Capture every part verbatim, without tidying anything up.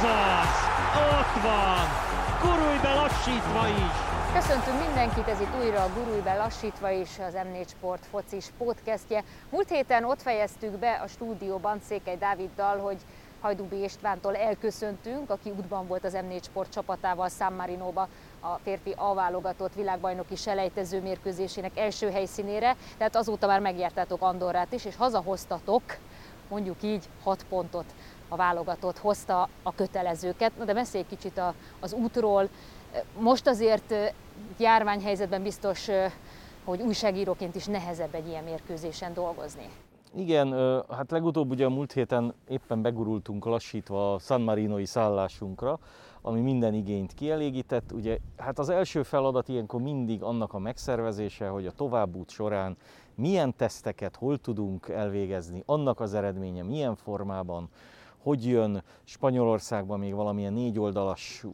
Azaz! Ott van! Gurulj lassítva is! Köszöntünk mindenkit, ez itt újra a Gurulj lassítva is, az em négy Sport focis podcastje. Múlt héten ott fejeztük be a stúdióban Székely Dáviddal, hogy Hajdúbí Istvántól elköszöntünk, aki útban volt az em négy Sport csapatával San Marinóba a férfi A-válogatott világbajnoki selejtező mérkőzésének első helyszínére, tehát azóta már megjártátok Andorrát is, és hazahoztatok, mondjuk így, hat pontot. A válogatott hozta a kötelezőket. Na de beszélj kicsit a, az útról. Most azért járványhelyzetben biztos, hogy újságíróként is nehezebb egy ilyen mérkőzésen dolgozni. Igen, hát legutóbb ugye a múlt héten éppen begurultunk lassítva a San Marinói szállásunkra, ami minden igényt kielégített. Ugye, hát az első feladat ilyenkor mindig annak a megszervezése, hogy a továbbút során milyen teszteket hol tudunk elvégezni, annak az eredménye milyen formában, hogy jön. Spanyolországban még valamilyen négy oldalas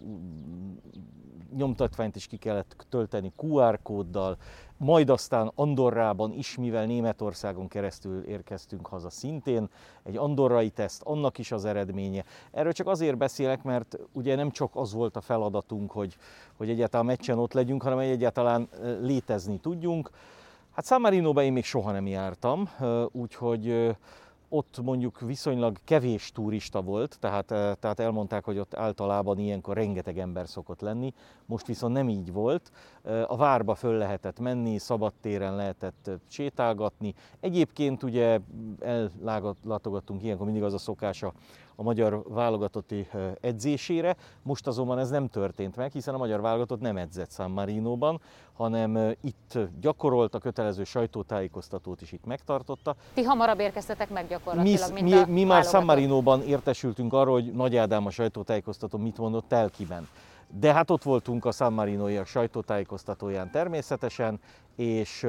nyomtatványt is ki kellett tölteni kú ár kóddal, majd aztán Andorrában is, mivel Németországon keresztül érkeztünk haza szintén, egy andorrai teszt, annak is az eredménye. Erről csak azért beszélek, mert ugye nem csak az volt a feladatunk, hogy, hogy egyáltalán meccsen ott legyünk, hanem hogy egyáltalán létezni tudjunk. Hát San Marinóba én még soha nem jártam, úgyhogy ott mondjuk viszonylag kevés turista volt, tehát, tehát elmondták, hogy ott általában ilyenkor rengeteg ember szokott lenni, most viszont nem így volt. A várba föl lehetett menni, szabadtéren lehetett sétálgatni. Egyébként ugye ellátogattunk ilyenkor, mindig az a szokása a magyar válogatotti edzésére, most azonban ez nem történt meg, hiszen a magyar válogatott nem edzett San Marinóban, hanem itt gyakorolt, a kötelező sajtótájékoztatót is itt megtartotta. Ti hamarabb érkeztetek meg gyakorlatilag, mi, mint mi, a mi már San Marinóban értesültünk arról, hogy Nagy Ádám a sajtótájékoztató mit mondott Telkiben. De hát ott voltunk a San Marinóiak sajtótájékoztatóján természetesen, és,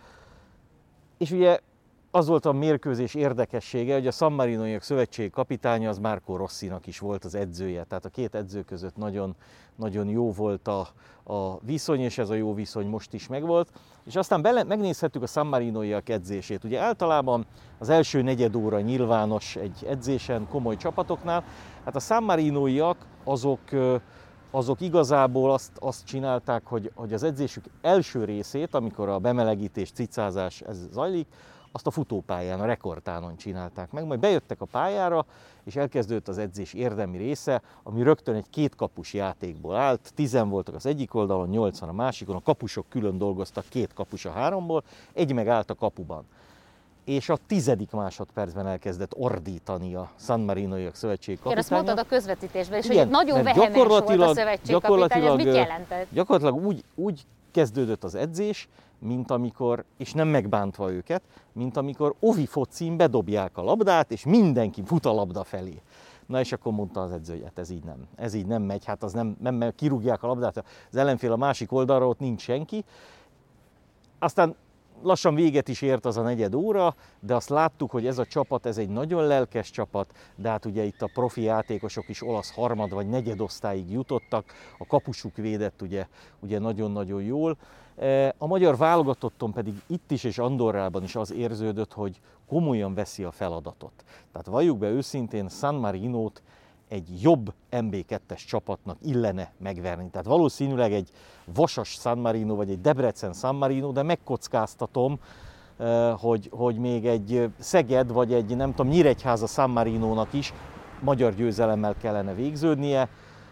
és ugye az volt a mérkőzés érdekessége, hogy a San Marinóiak szövetség kapitánya az Marco Rossinak is volt az edzője. Tehát a két edző között nagyon, nagyon jó volt a, a viszony, és ez a jó viszony most is megvolt. És aztán bele, megnézhettük a San Marinóiak edzését. Ugye általában az első negyed óra nyilvános egy edzésen komoly csapatoknál. Hát a San Marinóiak azok, azok igazából azt, azt csinálták, hogy, hogy az edzésük első részét, amikor a bemelegítés, cicázás ez zajlik, azt a futópályán, a rekordtánon csinálták meg, majd bejöttek a pályára, és elkezdődött az edzés érdemi része, ami rögtön egy kétkapus játékból állt, tizen voltak az egyik oldalon, nyolcan a másikon, a kapusok külön dolgoztak, két kapus a háromból, egy meg állt a kapuban. És a tizedik másodpercben elkezdett ordítani a San Marinóiak szövetség kapitánya. Igen, azt mondtad a közvetítésben, és igen, hogy nagyon vehemens volt a szövetség kapitány, ez mit jelentett? Gyakorlatilag úgy, úgy kezdődött az edzés, mint amikor, és nem megbántva őket, mint amikor ovi focin bedobják a labdát, és mindenki fut a labda felé. Na és akkor mondta az edző, hogy hát ez így nem, ez így nem megy, hát az nem, nem megy, kirúgják a labdát, az ellenfél a másik oldalra, ott nincs senki. Aztán lassan véget is ért az a negyed óra, de azt láttuk, hogy ez a csapat, ez egy nagyon lelkes csapat, de hát ugye itt a profi játékosok is olasz harmad vagy negyedosztályig jutottak, a kapusuk védett ugye, ugye nagyon-nagyon jól. A magyar válogatotton pedig itt is és Andorrában is az érződött, hogy komolyan veszi a feladatot. Tehát valljuk be őszintén, San Marinót egy jobb em bé kettes csapatnak illene megverni. Tehát valószínűleg egy Vasas San Marino vagy egy Debrecen San Marino, de megkockáztatom, hogy, hogy még egy Szeged vagy egy nem tudom, Nyíregyháza San Marinónak is magyar győzelemmel kellene végződnie.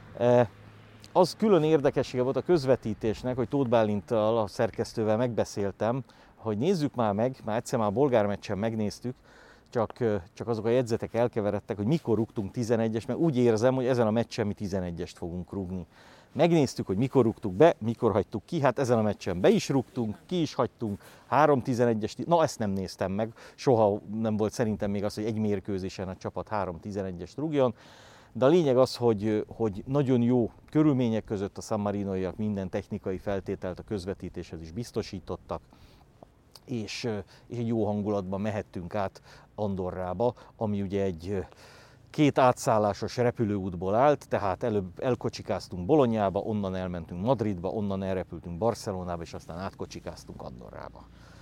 Az külön érdekessége volt a közvetítésnek, hogy Tóth Bálinttal, a szerkesztővel megbeszéltem, hogy nézzük már meg, már egyszer már a bolgár meccsen megnéztük, csak, csak azok a jegyzetek elkeveredtek, hogy mikor rúgtunk tizenegyest, mert úgy érzem, hogy ezen a meccsen mi tizenegyest fogunk rúgni. Megnéztük, hogy mikor rúgtuk be, mikor hagytuk ki, hát ezen a meccsen be is rúgtunk, ki is hagytunk, három tizenegyest, na ezt nem néztem meg, soha nem volt szerintem még az, hogy egy mérkőzésen a csapat három tizenegyest rúgjon. De a lényeg az, hogy, hogy nagyon jó körülmények között a San Marinóiak minden technikai feltételt a közvetítéshez is biztosítottak, és, és egy jó hangulatban mehettünk át Andorrába, ami ugye egy két átszállásos repülőútból állt, tehát előbb elkocsikáztunk Bolognába, onnan elmentünk Madridba, onnan elrepültünk Barcelonába, és aztán átkocsikáztunk Andorrába.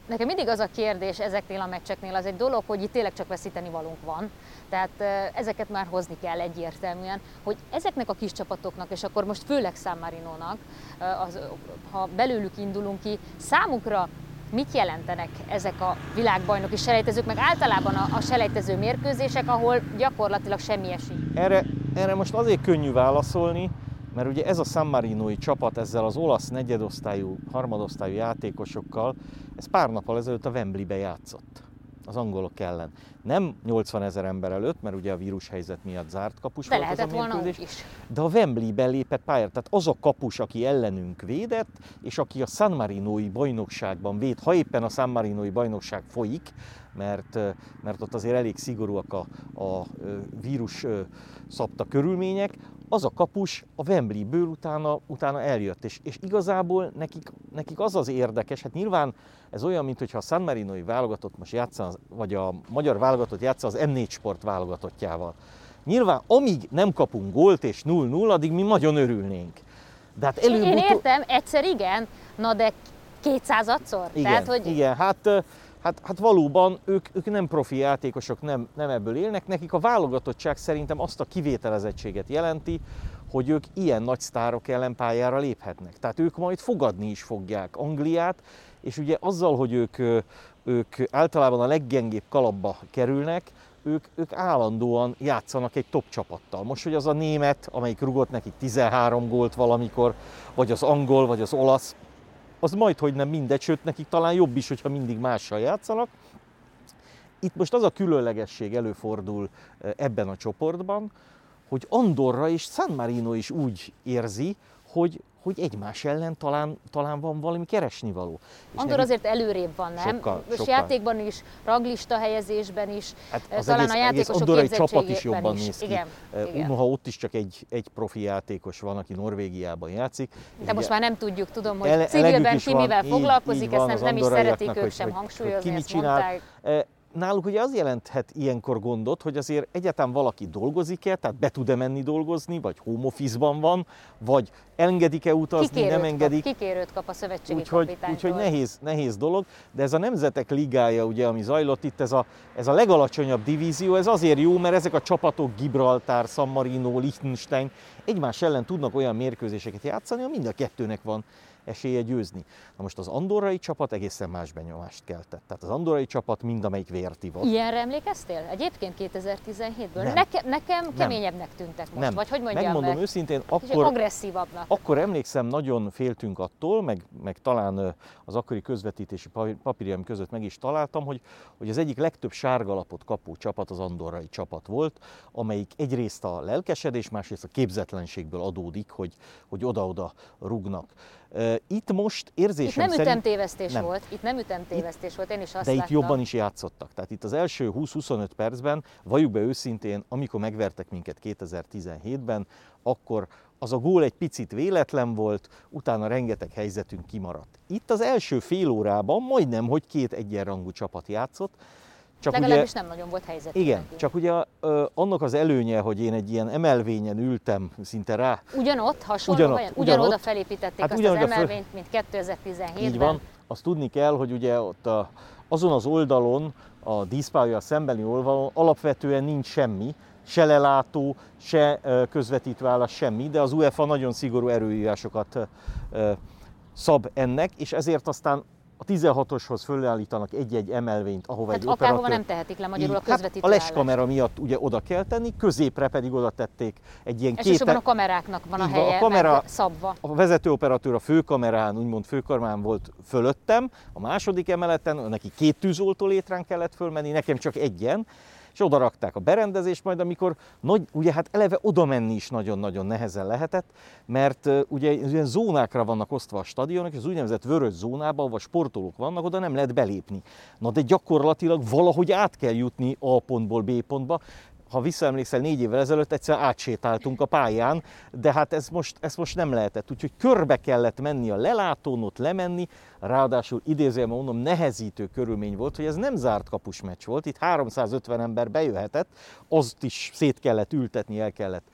Nekem mindig az a kérdés ezeknél a meccseknél, az egy dolog, hogy itt tényleg csak veszíteni valunk van. Tehát ezeket már hozni kell egyértelműen, hogy ezeknek a kis csapatoknak, és akkor most főleg San Marinónak, az, ha belőlük indulunk ki, számukra mit jelentenek ezek a világbajnoki selejtezők, meg általában a, a selejtező mérkőzések, ahol gyakorlatilag semmi esély? Erre, erre most azért könnyű válaszolni, mert ugye ez a San Marinói csapat ezzel az olasz negyedosztályú, harmadosztályú játékosokkal, ez pár nappal ezelőtt a Wembleybe játszott az angolok ellen. Nem nyolcvanezer ember előtt, mert ugye a vírushelyzet miatt zárt kapus de volt az a mérkőzés, is. De a Wembleybe lépett pályára, tehát az a kapus, aki ellenünk védett, és aki a San Marinói bajnokságban véd, ha éppen a San Marinói bajnokság folyik, mert, mert ott azért elég szigorúak a, a vírus szabta körülmények, az a kapus a Wembley-ből utána, utána eljött, és, és igazából nekik, nekik az az érdekes, hát nyilván ez olyan, mintha a San Marinói válogatott most játszana, vagy a magyar válogatott játsza az em négy Sport válogatottjával. Nyilván amíg nem kapunk gólt és nulla nulla, addig mi nagyon örülnénk. De hát előbb Én értem, egyszer igen, na de kétszázadszor? Igen, Tehát, hogy... igen, hát... Hát, hát valóban ők, ők nem profi játékosok, nem, nem ebből élnek. Nekik a válogatottság szerintem azt a kivételezettséget jelenti, hogy ők ilyen nagy sztárok ellen pályára léphetnek. Tehát ők majd fogadni is fogják Angliát, és ugye azzal, hogy ők, ők általában a leggyengébb kalapba kerülnek, ők, ők állandóan játszanak egy top csapattal. Most, hogy az a német, amelyik rugott nekik tizenhárom gólt valamikor, vagy az angol, vagy az olasz, az majdhogy nem mindegy, sőt nekik talán jobb is, hogyha mindig mással játszanak. Itt most az a különlegesség előfordul ebben a csoportban, hogy Andorra és San Marino is úgy érzi, hogy, hogy egymás ellen talán, talán van valami keresnivaló. Andorra azért előrébb van, nem? Sokkal, Most sokkal. játékban is, ranglista helyezésben is, hát talán egész, a játékosok andorai csapat is képzettségében jobban is. néz ki. Igen, igen. Noha ott is csak egy, egy profi játékos van, aki Norvégiában játszik. De most már nem tudjuk, tudom, hogy ele, civilben ki mivel van, foglalkozik, így, így ezt van, nem, nem is szeretik ők hogy, sem hogy, hangsúlyozni, hogy ki ezt csinál. mondták. Náluk ugye az jelenthet ilyenkor gondot, hogy azért egyáltalán valaki dolgozik-e, tehát be tud-e menni dolgozni, vagy home office-ban van, vagy engedik-e utazni, kikérőt nem engedik. Kap, kikérőt kap a szövetségi Úgyhogy, kapitánytól. úgyhogy nehéz, nehéz dolog, de ez a Nemzetek Ligája, ugye, ami zajlott itt, ez a, ez a legalacsonyabb divízió, ez azért jó, mert ezek a csapatok, Gibraltar, San Marino, Liechtenstein egymás ellen tudnak olyan mérkőzéseket játszani, hogy mind a kettőnek van esélye győzni. Na most az andorrai csapat egészen más benyomást keltett. Tehát az andorrai csapat mindamelyik vért ivott. Ilyenre emlékeztél? Egyébként kétezer-tizenhétből? Nem. Nekem, nekem keményebbnek tűntek most, Nem. vagy hogy mondjam Megmondom meg? őszintén, Kicsit akkor, agresszívabbnak. akkor emlékszem, nagyon féltünk attól, meg, meg talán az akkori közvetítési papírjaim között meg is találtam, hogy, hogy az egyik legtöbb sárgalapot kapó csapat az andorrai csapat volt, amelyik egyrészt a lelkesedés, másrészt a képzetlenségből adódik, hogy, hogy oda-oda rugnak. Itt most érzésem Itt nem szerint... ütemtévesztés nem. volt, itt nem ütemtévesztés volt, én is azt De itt láttam. jobban is játszottak. Tehát itt az első húsz-huszonöt percben, valljuk be őszintén, amikor megvertek minket kétezer-tizenhétben, akkor az a gól egy picit véletlen volt, utána rengeteg helyzetünk kimaradt. Itt az első fél órában majdnem, hogy két egyenrangú csapat játszott. Csak Legalábbis ugye, nem nagyon volt helyzet. igen, neki. csak ugye ö, annak az előnye, hogy én egy ilyen emelvényen ültem szinte rá. Ugyanott, hasonló Ugyanott, helyen? ugyanott. Ugyanoda felépítették Hát azt ugyanoda az föl- emelvényt, mint kétezer-tizenhétben. Így van, azt tudni kell, hogy ugye ott a, azon az oldalon, a díszpálya szembeni oldalon alapvetően nincs semmi, se lelátó, se közvetítőállás, semmi, de az UEFA nagyon szigorú erőírásokat szab ennek, és ezért aztán a tizenhatoshoz fölállítanak egy-egy emelvényt, ahova Hát egy akárhova operatőr... nem tehetik le magyarul a Így, hát közvetítő a leskamera miatt ugye oda kell tenni, középre pedig oda tették egy ilyen két... Elsősorban a kameráknak van a Így van, helye, a kamera- meg szabva. A vezetőoperatőr a főkamerán, úgymond főkamerán volt fölöttem, a második emeleten, neki két tűzoltó létrán kellett fölmenni, nekem csak egyen, és oda rakták a berendezést, majd amikor nagy, ugye hát eleve oda menni is nagyon-nagyon nehezen lehetett, mert uh, ugye ilyen zónákra vannak osztva a stadionok, és az úgynevezett vörös zónában, ahol sportolók vannak, oda nem lehet belépni. Na de gyakorlatilag valahogy át kell jutni A pontból B pontba. Ha visszaemlékszel, négy évvel ezelőtt egyszer átsétáltunk a pályán, de hát ez most, ez most nem lehetett. Úgyhogy körbe kellett menni a lelátón, ott lemenni, ráadásul idézőjelben mondom, nehezítő körülmény volt, hogy ez nem zárt kapus meccs volt, itt háromszázötven ember bejöhetett, azt is szét kellett ültetni, el kellett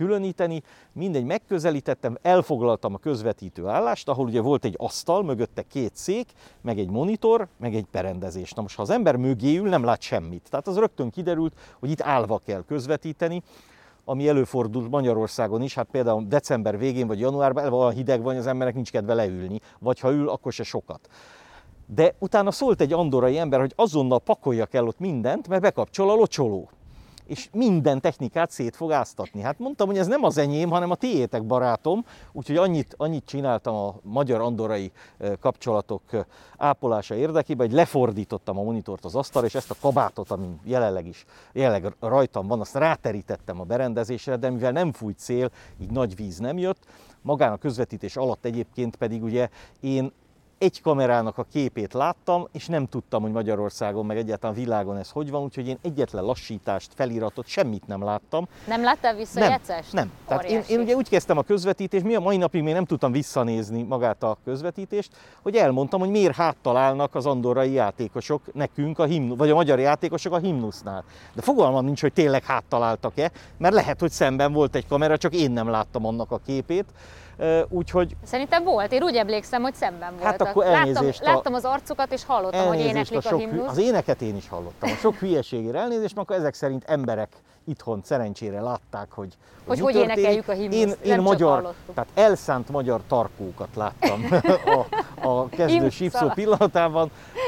különíteni, mindegy, megközelítettem, elfoglaltam a közvetítő állást, ahol ugye volt egy asztal, mögötte két szék, meg egy monitor, meg egy berendezés. Na most, ha az ember mögé ül, nem lát semmit. Tehát az rögtön kiderült, hogy itt állva kell közvetíteni, ami előfordul Magyarországon is, hát például december végén vagy januárban olyan hideg van, az embernek nincs kedve leülni, vagy ha ül, akkor se sokat. De utána szólt egy andorai ember, hogy azonnal pakoljak el ott mindent, mert bekapcsol a locsoló. És minden technikát szét fog áztatni. Hát mondtam, hogy ez nem az enyém, hanem a tiétek, barátom. Úgyhogy annyit, annyit csináltam a magyar-andorai kapcsolatok ápolása érdekében, hogy lefordítottam a monitort az asztalra, és ezt a kabátot, ami jelenleg is jelenleg rajtam van, azt ráterítettem a berendezésre, de mivel nem fújt szél, így nagy víz nem jött. Magán a közvetítés alatt egyébként pedig ugye én egy kamerának a képét láttam, és nem tudtam, hogy Magyarországon, meg egyáltalán világon ez hogy van, úgyhogy én egyetlen lassítást, feliratot, semmit nem láttam. Nem láttál visszajegyzést? Nem, nem. Tehát én, én ugye úgy kezdtem a közvetítést, mi a mai napig még nem tudtam visszanézni magát a közvetítést, hogy elmondtam, hogy miért háttal állnak az andorrai játékosok nekünk, a himnu, vagy a magyar játékosok a himnusznál. De fogalmam nincs, hogy tényleg háttal álltak-e, mert lehet, hogy szemben volt egy kamera, csak én nem láttam annak a képét. Úgyhogy... Szerintem volt, én úgy emlékszem, hogy szemben voltak. Hát akkor elnézést láttam, a... láttam az arcukat, és hallottam, hogy éneklik a, a himnusz. Az éneket én is hallottam, a sok hülyeségére elnézést, mert akkor ezek szerint emberek itthon szerencsére látták, hogy hogy hogy énekeljük a himnuszt, én, én nem magyar, csak hallottuk. Tehát elszánt magyar tarkókat láttam a, a kezdő sípszó pillanatában.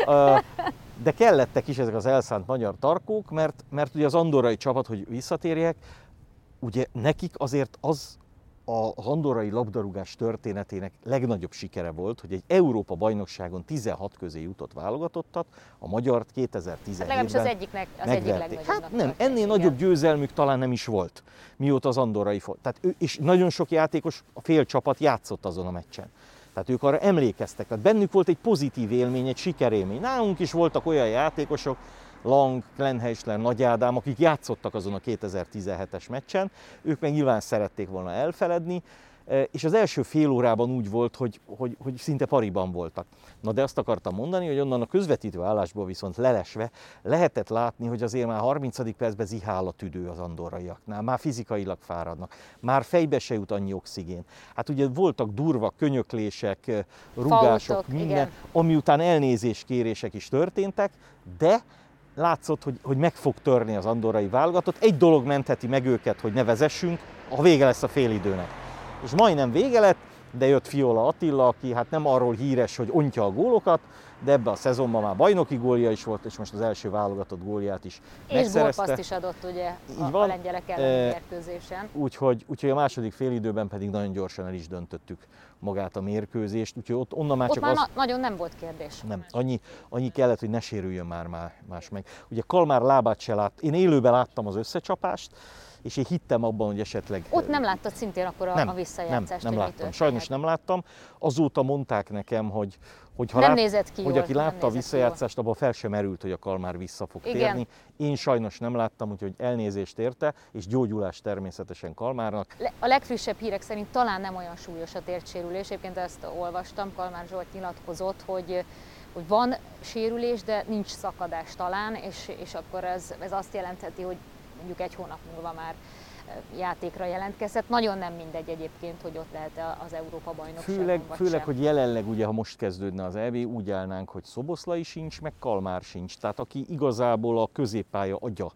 De kellettek is ezek az elszánt magyar tarkók, mert, mert ugye az andorrai csapat, hogy visszatérjek, ugye nekik azért az az andorrai labdarúgás történetének legnagyobb sikere volt, hogy egy Európa-bajnokságon tizenhat közé jutott válogatottat, a magyart kétezer-tizenhétben hát legalábbis az egyiknek az egyik legnagyobbnak. Hát nem, ennél igen. Nagyobb győzelmük talán nem is volt, mióta az andorrai volt. Tehát ő, és nagyon sok játékos, a fél csapat játszott azon a meccsen. Tehát ők arra emlékeztek, tehát bennük volt egy pozitív élmény, egy sikerélmény. Nálunk is voltak olyan játékosok, Lang, Klenheisler, Nagy Ádám, akik játszottak azon a kétezer-tizenhetes meccsen, ők meg nyilván szerették volna elfeledni, és az első fél órában úgy volt, hogy, hogy, hogy szinte pariban voltak. Na de azt akartam mondani, hogy onnan a közvetítő állásból viszont lelesve lehetett látni, hogy azért már harmincadik percben zihál a tüdő az andorraiaknál, már fizikailag fáradnak, már fejbe se jut annyi oxigén. Hát ugye voltak durva könyöklések, rugások, Fautok, minden, igen. ami után elnézéskérések is történtek, de látszott, hogy, hogy meg fog törni az andorrai válogatott. Egy dolog mentheti meg őket, hogy ne vezessünk, a vége lesz a félidőnek. És majdnem vége lett, de jött Fiola Attila, aki hát nem arról híres, hogy ontja a gólokat, de ebben a szezonban már bajnoki gólja is volt, és most az első válogatott gólját is és megszerezte. És gólpasszt is adott ugye a, a lengyelek elleni e, mérkőzésen. Úgyhogy, úgyhogy a második félidőben pedig nagyon gyorsan el is döntöttük magát a mérkőzést, úgyhogy ott onnan már ott csak már az... na- nagyon nem volt kérdés. Nem, annyi, annyi kellett, hogy ne sérüljön már más meg. Ugye Kalmár lábát se lát, én élőben láttam az összecsapást, és én hittem abban, hogy esetleg... Ott nem láttad szintén akkor a, nem, a visszajátszást? Nem, nem láttam. Sajnos nem láttam. Azóta mondták nekem, hogy, hogy, ha nem lát, nézett ki hogy jól, aki látta a visszajátszást, abban fel sem merült, hogy a Kalmár vissza fog igen. térni. Én sajnos nem láttam, úgyhogy elnézést érte, és gyógyulás természetesen Kalmárnak. A legfrissebb hírek szerint talán nem olyan súlyos a térdsérülés. Egyébként ezt olvastam, Kalmár Zsolt nyilatkozott, hogy hogy van sérülés, de nincs szakadás talán, és, és akkor ez, ez azt jelentheti, hogy mondjuk egy hónap múlva már játékra jelentkezhet. Nagyon nem mindegy egyébként, hogy ott lehet az Európa-bajnokságon, Főleg, vagy főleg sem. hogy jelenleg ugye, ha most kezdődne az é bé, úgy állnánk, hogy Szoboszlai sincs, meg Kalmár sincs. Tehát aki igazából a középpálya agya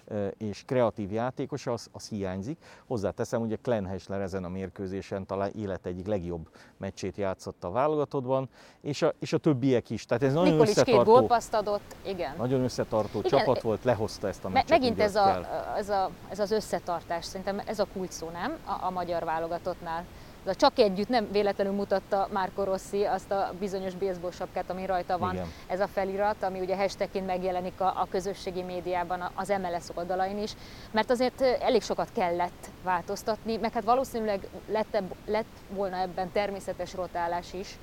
és kreatív játékos, az, az hiányzik. Hozzáteszem, ugye Klenheisler ezen a mérkőzésen talán élet egyik legjobb meccsét játszott a válogatottban, és a, és a többiek is. Tehát ez nagyon Nikolics összetartó, két gólpasszt adott, igen. Nagyon összetartó igen, csapat volt, lehozta ezt a meccset. Megint ez, a, ez, a, ez az összetartás, szerintem ez a kulcs szó, nem? A, a magyar válogatottnál. Ez a csak együtt nem véletlenül mutatta Marco Rossi azt a bizonyos baseball sapkát, ami rajta van, igen. Ez a felirat, ami ugye hashtagként megjelenik a, a közösségi médiában, az em el es oldalain is, mert azért elég sokat kellett változtatni, meg hát valószínűleg lett, lett volna ebben természetes rotálás is,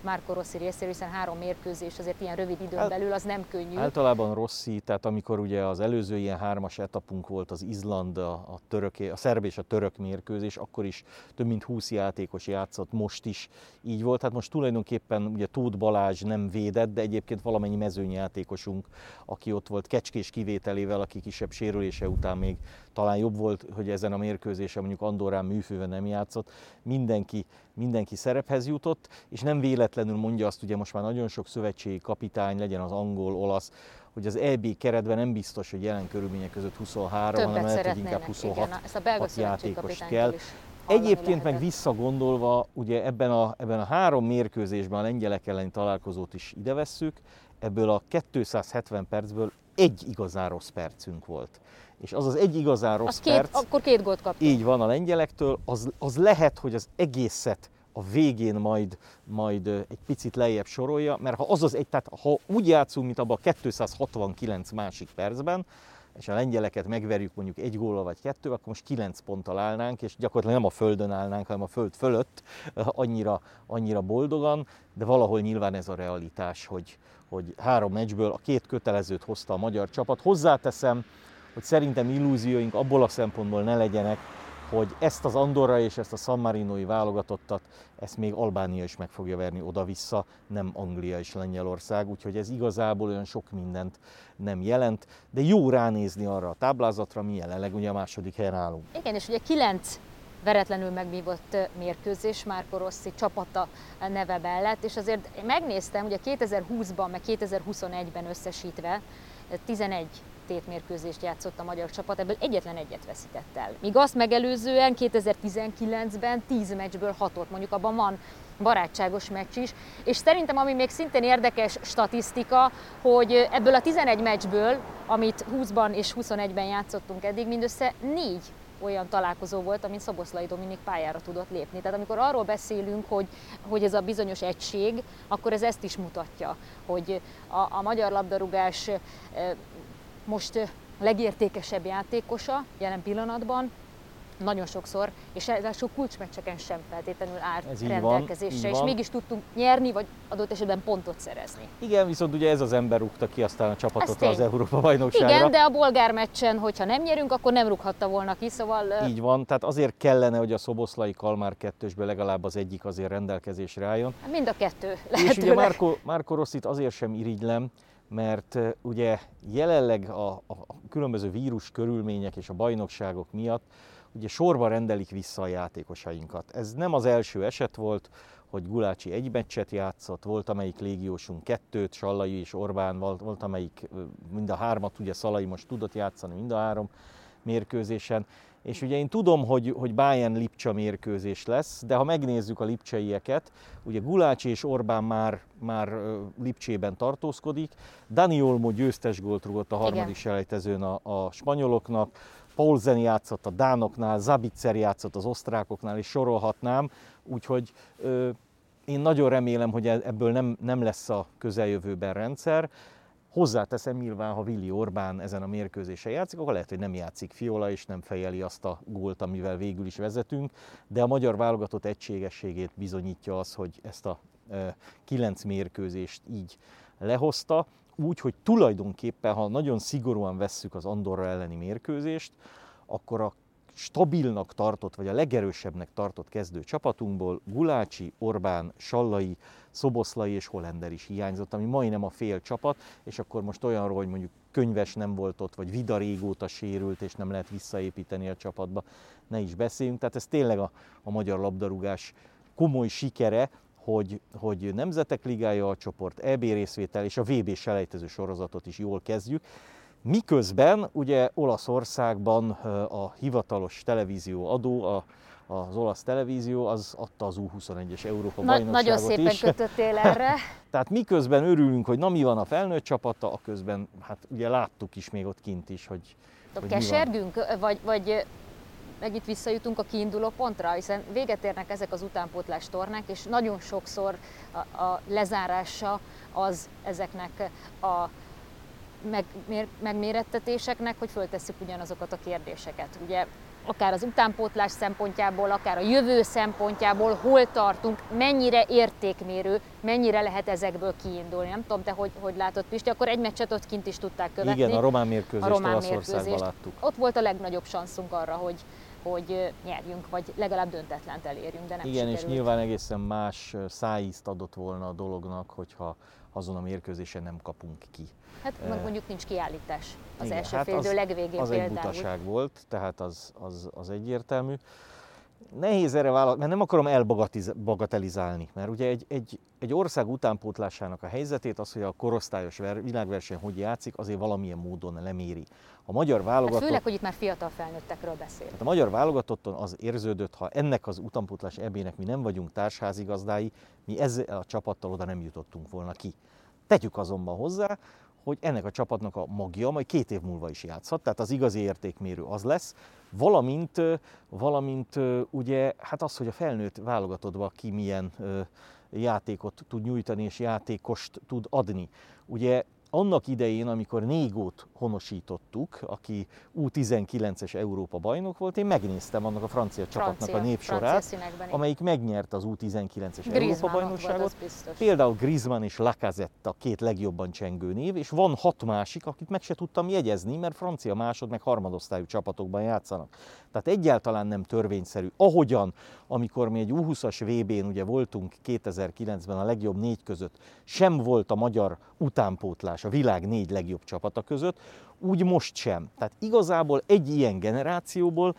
Marco Rossi részéről, hiszen három mérkőzés azért ilyen rövid időn Hát, belül, az nem könnyű. Általában Rossi, tehát amikor ugye az előző ilyen hármas etapunk volt az Izland, a, a, török, a szerb és a török mérkőzés, akkor is több mint húsz játékos játszott, most is így volt. Hát most tulajdonképpen ugye Tóth Balázs nem védett, de egyébként valamennyi mezőnyjátékosunk, aki ott volt Kecskés kivételével, aki kisebb sérülése után még talán jobb volt, hogy ezen a mérkőzésen mondjuk Andorrán műfőben nem játszott, mindenki, mindenki szerephez jutott, és nem véletlenül mondja azt ugye most már nagyon sok szövetségi kapitány, legyen az angol, olasz, hogy az é bé keretben nem biztos, hogy jelen körülmények között huszonhárom, Többet hanem lehet, hogy inkább huszonhat igen, ezt a belga játékos kell. is Egyébként meg lehetett. visszagondolva, ugye ebben a, ebben a három mérkőzésben a lengyelek elleni találkozót is ide vesszük, ebből a kétszázhetven percből egy igazán rossz percünk volt. És az az egy igazán rossz az két, perc, akkor két gólt kaptunk. így van a lengyelektől, az, az lehet, hogy az egészet a végén majd, majd egy picit lejjebb sorolja, mert ha az az egy, tehát ha úgy játszunk, mint abban a kétszázhatvankilenc másik percben, és a lengyeleket megverjük mondjuk egy góllal vagy kettővel, akkor most kilenc ponttal állnánk, és gyakorlatilag nem a földön állnánk, hanem a föld fölött, annyira, annyira boldogan, de valahol nyilván ez a realitás, hogy, hogy három meccsből a két kötelezőt hozta a magyar csapat. Hozzáteszem, hogy szerintem illúzióink abból a szempontból ne legyenek, hogy ezt az Andorra és ezt a San Marinói válogatottat, ezt még Albánia is meg fogja verni oda-vissza, nem Anglia és Lengyelország, úgyhogy ez igazából olyan sok mindent nem jelent, de jó ránézni arra a táblázatra, mi jelenleg ugye a második helyen állunk. Igen, és ugye kilenc veretlenül megvívott mérkőzés Marco Rossi csapata neve mellett, és azért megnéztem, ugye kétezer-húszban, meg kétezer-huszonegyben összesítve tizenegy tétmérkőzést játszott a magyar csapat, ebből egyetlen egyet veszített el. Míg azt megelőzően kétezer-tizenkilencben tíz meccsből hatot, mondjuk abban van barátságos meccs is, és szerintem ami még szintén érdekes statisztika, hogy ebből a tizenegy meccsből, amit húszban és huszonegyben játszottunk eddig, mindössze négy olyan találkozó volt, amin Szoboszlai Dominik pályára tudott lépni. Tehát amikor arról beszélünk, hogy, hogy ez a bizonyos egység, akkor ez ezt is mutatja, hogy a, a magyar labdarúgás most legértékesebb játékosa jelen pillanatban, nagyon sokszor, és ráadásul kulcsmeccseken sem feltétlenül állt Ez így rendelkezésre, van, így és van. mégis tudtunk nyerni, vagy adott esetben pontot szerezni. Igen, viszont ugye ez az ember rúgta ki aztán a csapatot az Európa-bajnokságra. Igen, de a bolgár meccsen, hogyha nem nyerünk, akkor nem rúghatta volna ki, szóval... Így van, tehát azért kellene, hogy a Szoboszlai Kalmár kettősből legalább az egyik azért rendelkezésre álljon. Mind a kettő És lehetőleg. ugye Marco, Marco Rossit azért sem irigylem, mert ugye jelenleg a, a különböző vírus körülmények és a bajnokságok miatt ugye sorba rendelik vissza a játékosainkat. Ez nem az első eset volt, hogy Gulácsi egy meccset játszott, volt amelyik légiósunk kettőt, Sallai és Orbán, volt, volt amelyik mind a hármat, ugye Szalai most tudott játszani mind a három mérkőzésen. És ugye én tudom, hogy, hogy Bayern-Lipcsa mérkőzés lesz, de ha megnézzük a lipcseieket, ugye Gulácsi és Orbán már, már Lipcsében tartózkodik, Dani Olmo győztes gólt rúgott a harmadik selejtezőn a, a spanyoloknak, Paulsen játszott a dánoknál, Zabitzer játszott az osztrákoknál, és sorolhatnám, úgyhogy ö, én nagyon remélem, hogy ebből nem, nem lesz a közeljövőben rendszer. Hozzáteszem nyilván, ha Willi Orbán ezen a mérkőzésen játszik, akkor lehet, hogy nem játszik Fiola, és nem fejeli azt a gólt, amivel végül is vezetünk, de a magyar válogatott egységességét bizonyítja az, hogy ezt a e, kilenc mérkőzést így lehozta, úgy, hogy tulajdonképpen, ha nagyon szigorúan vesszük az Andorra elleni mérkőzést, akkor a stabilnak tartott, vagy a legerősebbnek tartott kezdő csapatunkból Gulácsi, Orbán, Sallai, Szoboszlai és Hollender is hiányzott, ami majdnem a fél csapat, és akkor most olyanról, hogy mondjuk Könyves nem volt ott, vagy Vida régóta sérült, és nem lehet visszaépíteni a csapatba, ne is beszéljünk. Tehát ez tényleg a, a magyar labdarúgás komoly sikere, hogy, hogy Nemzetek Ligája a csoport, é bé részvétel és a vé bé selejtező sorozatot is jól kezdjük. Miközben ugye Olaszországban a hivatalos televízió adó, a, az olasz televízió, az adta az U huszonegyes Európa Na, bajnokságot nagyon szépen is. kötöttél erre. Tehát miközben örülünk, hogy na mi van a felnőtt csapata, a közben hát ugye láttuk is még ott kint is, hogy, hogy Kesergünk, vagy, vagy meg itt visszajutunk a kiinduló pontra, hiszen véget érnek ezek az utánpótlás tornák, és nagyon sokszor a, a lezárása az ezeknek a meg, megmérettetéseknek, hogy föltesszük ugyanazokat a kérdéseket. Ugye akár az utánpótlás szempontjából, akár a jövő szempontjából, hol tartunk, mennyire értékmérő, mennyire lehet ezekből kiindulni. Nem tudom, te hogy, hogy látod, Pisti, akkor egy meccset ott kint is tudták követni. Igen, a román mérkőzést a román Olaszországban láttuk. Ott volt a legnagyobb szanszunk arra, hogy, hogy nyerjünk, vagy legalább döntetlent elérjünk, de nem Igen, sikerült. És nyilván egészen más szájízt adott volna a dolognak, hogyha azon a mérkőzésen nem kapunk ki. Hát mondjuk nincs kiállítás az Igen, első hát fél idő az, legvégén az például. egy butaság volt, tehát az, az, az egyértelmű. Nehéz erre válaszolni, mert nem akarom elbagatelizálni, mert ugye egy, egy, egy ország utánpótlásának a helyzetét, az, hogy a korosztályos világverseny hogy játszik, azért valamilyen módon leméri. A magyar válogatott... Hát főleg, hogy itt már fiatal felnőttekről beszél. Hát a magyar válogatotton az érződött, ha ennek az utánpótlás ebének mi nem vagyunk társházigazdái, mi ezzel a csapattal oda nem jutottunk volna ki. Tegyük azonban hozzá, hogy ennek a csapatnak a magja majd két év múlva is játszhat, tehát az igazi értékmérő az lesz, valamint, valamint ugye, hát az, hogy a felnőtt válogatottban ki milyen játékot tud nyújtani és játékost tud adni. Ugye annak idején, amikor Négót honosítottuk, aki U tizenkilences Európa bajnok volt, én megnéztem annak a francia, francia csapatnak a népsorát, amelyik megnyerte az U tizenkilences Európa bajnokságot. Például Griezmann és Lacazette a két legjobban csengő név, és van hat másik, akit meg se tudtam jegyezni, mert francia másod meg harmadosztályú csapatokban játszanak. Tehát egyáltalán nem törvényszerű. Ahogyan, amikor mi egy U húszas vé bén ugye voltunk kétezer-kilencben a legjobb négy között, sem volt a magyar utánpótlás a világ négy legjobb csapata között, úgy most sem. Tehát igazából egy ilyen generációból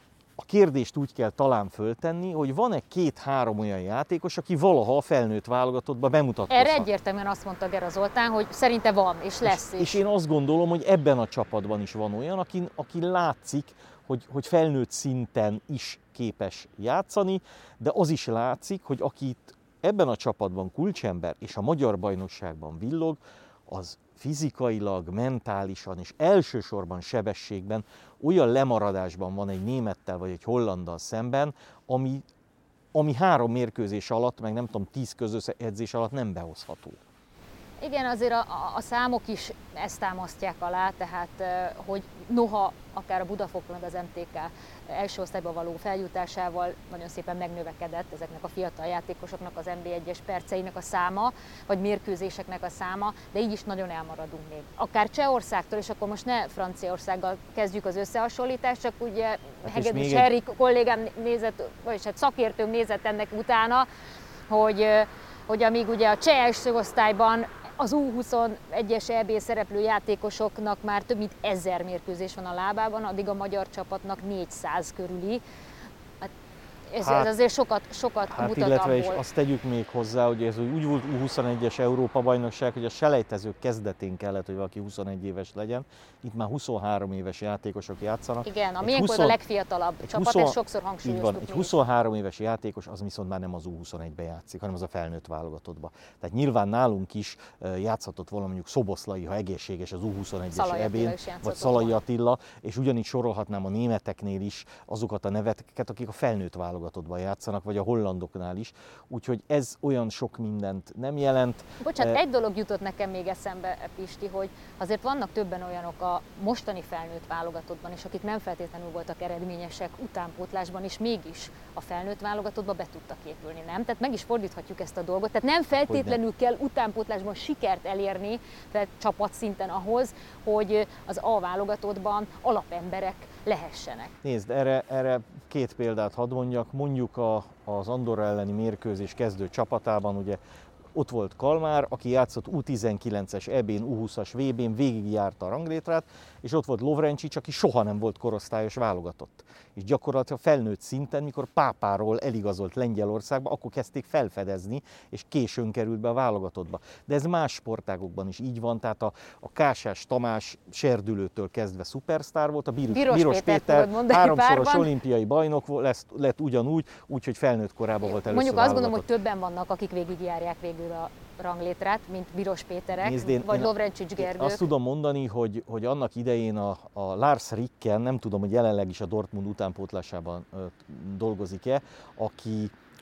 a kérdést úgy kell talán föltenni, hogy van-e két-három olyan játékos, aki valaha a felnőtt válogatottba bemutatkozhat. Erre egyértelműen azt mondta Gera Zoltán, hogy szerinte van, és lesz és, is. És én azt gondolom, hogy ebben a csapatban is van olyan, aki, aki látszik, hogy, hogy felnőtt szinten is képes játszani, de az is látszik, hogy akit ebben a csapatban kulcsember és a magyar bajnokságban villog, az fizikailag, mentálisan és elsősorban sebességben olyan lemaradásban van egy némettel vagy egy hollanddal szemben, ami, ami három mérkőzés alatt, meg nem tudom, tíz közös edzés alatt nem behozható. Igen, azért a, a számok is ezt támasztják alá, tehát hogy noha akár a Budafok meg az em té ká első osztályba való feljutásával nagyon szépen megnövekedett ezeknek a fiatal játékosoknak az en bé egyes perceinek a száma, vagy mérkőzéseknek a száma, de így is nagyon elmaradunk még. Akár Csehországtól, és akkor most ne Franciaországgal kezdjük az összehasonlítást, csak ugye hát Hegedűs Henrik egy... kollégám nézett, vagyis hát szakértőm nézett ennek utána, hogy, hogy amíg ugye a cseh első osztályban az U huszonegyes é bé szereplő játékosoknak már több mint ezer mérkőzés van a lábában, addig a magyar csapatnak négyszáz körüli. Hát ez, hát, ez azért sokat, sokat hát mutat illetve abból. És azt tegyük még hozzá, hogy ez úgy volt U huszonegyes Európa bajnokság, hogy a selejtezők kezdetén kellett, hogy valaki huszonegy éves legyen. Itt már huszonhárom éves játékosok játszanak. Igen, a miénk volt a legfiatalabb csapat, ezt sokszor hangsúlyoztuk. Egy huszonhárom éves játékos az viszont már nem az U huszonegybe játszik, hanem az a felnőtt válogatottba. Tehát nyilván nálunk is játszhatott volna mondjuk Szoboszlai, ha egészséges az U huszonegyes é bén, vagy Szalai Attila, és ugyanígy sorolhatnám a németeknél is azokat a neveket, akik a felnőtt válogatottban játszanak, vagy a hollandoknál is. Úgyhogy ez olyan sok mindent nem jelent. Bocsánat, egy dolog jutott nekem még eszembe, Pisti, hogy azért vannak többen olyanok a mostani felnőtt válogatottban is, akik nem feltétlenül voltak eredményesek utánpótlásban, és mégis a felnőtt válogatottba be tudtak épülni, nem? Tehát meg is fordíthatjuk ezt a dolgot. Tehát nem feltétlenül kell utánpótlásban sikert elérni, tehát csapatszinten ahhoz, hogy az A válogatottban alapemberek lehessenek. Nézd, erre, erre két példát hadd mondjak. Mondjuk a, az Andorra elleni mérkőzés kezdő csapatában, ugye ott volt Kalmár, aki játszott U tizenkilences é bén, U húszas vé bén, végigjárta a ranglétrát, és ott volt Lovrencsics, aki soha nem volt korosztályos válogatott. És gyakorlatilag felnőtt szinten, mikor Pápáról eligazolt Lengyelországba, akkor kezdték felfedezni, és későn került be a válogatottba. De ez más sportágokban is így van, tehát a, a Kásás Tamás serdülőtől kezdve szupersztár volt, a Bíros, Bíros, Bíros Péter, Péter háromszoros olimpiai bajnok lesz, lett ugyanúgy, úgyhogy felnőtt korában volt először Mondjuk azt gondolom, hogy válogatott. többen vannak, akik végigjárják végül a ranglétrát, mint Bíros Péterek, Nézd, én, vagy én Lovrencsics Gergők. Azt tudom mondani, hogy, hogy annak idején a, a Lars Ricken, nem tudom, hogy jelenleg is a Dortmund utánpótlásában ö, dolgozik-e, aki,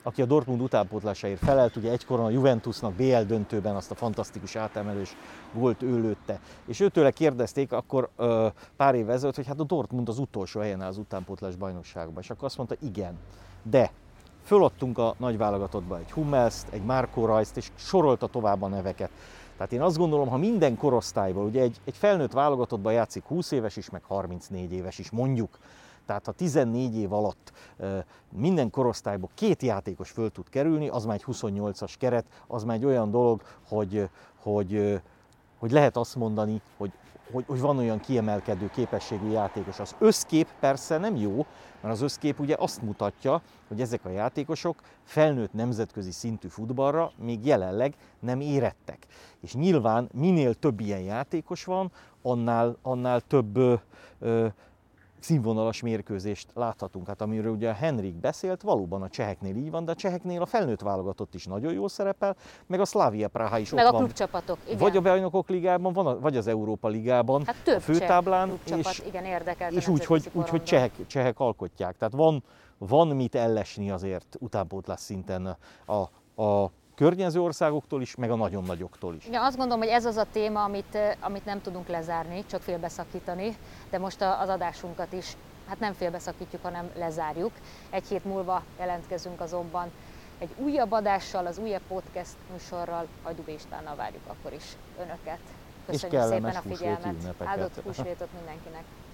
aki a Dortmund utánpótlásáért felelt, ugye egykoron a Juventusnak bé el döntőben azt a fantasztikus átemelős gólt ő lőtte. És őtőle kérdezték akkor ö, pár évvel ezelőtt, hogy hát a Dortmund az utolsó helyen áll az utánpótlás bajnokságban. És akkor azt mondta, igen, de föladtunk a nagyválogatottba egy Hummelszt, egy Marco Reust, és sorolta tovább a neveket. Tehát én azt gondolom, ha minden korosztályból, ugye egy, egy felnőtt válogatottban játszik húsz éves is, meg harmincnégy éves is, mondjuk. Tehát ha tizennégy év alatt minden korosztályból két játékos föl tud kerülni, az már egy huszonnyolcas keret, az már egy olyan dolog, hogy, hogy, hogy lehet azt mondani, hogy, hogy, hogy van olyan kiemelkedő képességű játékos. Az összkép persze nem jó, mert az összkép ugye azt mutatja, hogy ezek a játékosok felnőtt nemzetközi szintű futballra még jelenleg nem érettek. És nyilván minél több ilyen játékos van, annál, annál több ö, ö, színvonalas mérkőzést láthatunk. Hát amiről ugye Henrik beszélt, valóban a cseheknél így van, de a cseheknél a felnőtt válogatott is nagyon jól szerepel, meg a Slavia Praha is meg ott a van. klubcsapatok, igen. Vagy a bajnokok ligában, van a, vagy az Európa ligában, hát több a főtáblán, klubcsapat, és, igen, érdekelt és úgy, hogy, úgy, hogy csehek, csehek alkotják. Tehát van, van mit ellesni azért utánpótlás szinten a, a környező országoktól is, meg a nagyon nagyoktól is. Ja, azt gondolom, hogy ez az a téma, amit, amit nem tudunk lezárni, csak félbeszakítani, de most az adásunkat is hát nem félbeszakítjuk, hanem lezárjuk. Egy hét múlva jelentkezünk azonban egy újabb adással, az újabb podcast műsorral, Hajdú B. Istvánnal várjuk akkor is önöket. Köszönjük szépen a figyelmet, áldott húsvétot mindenkinek!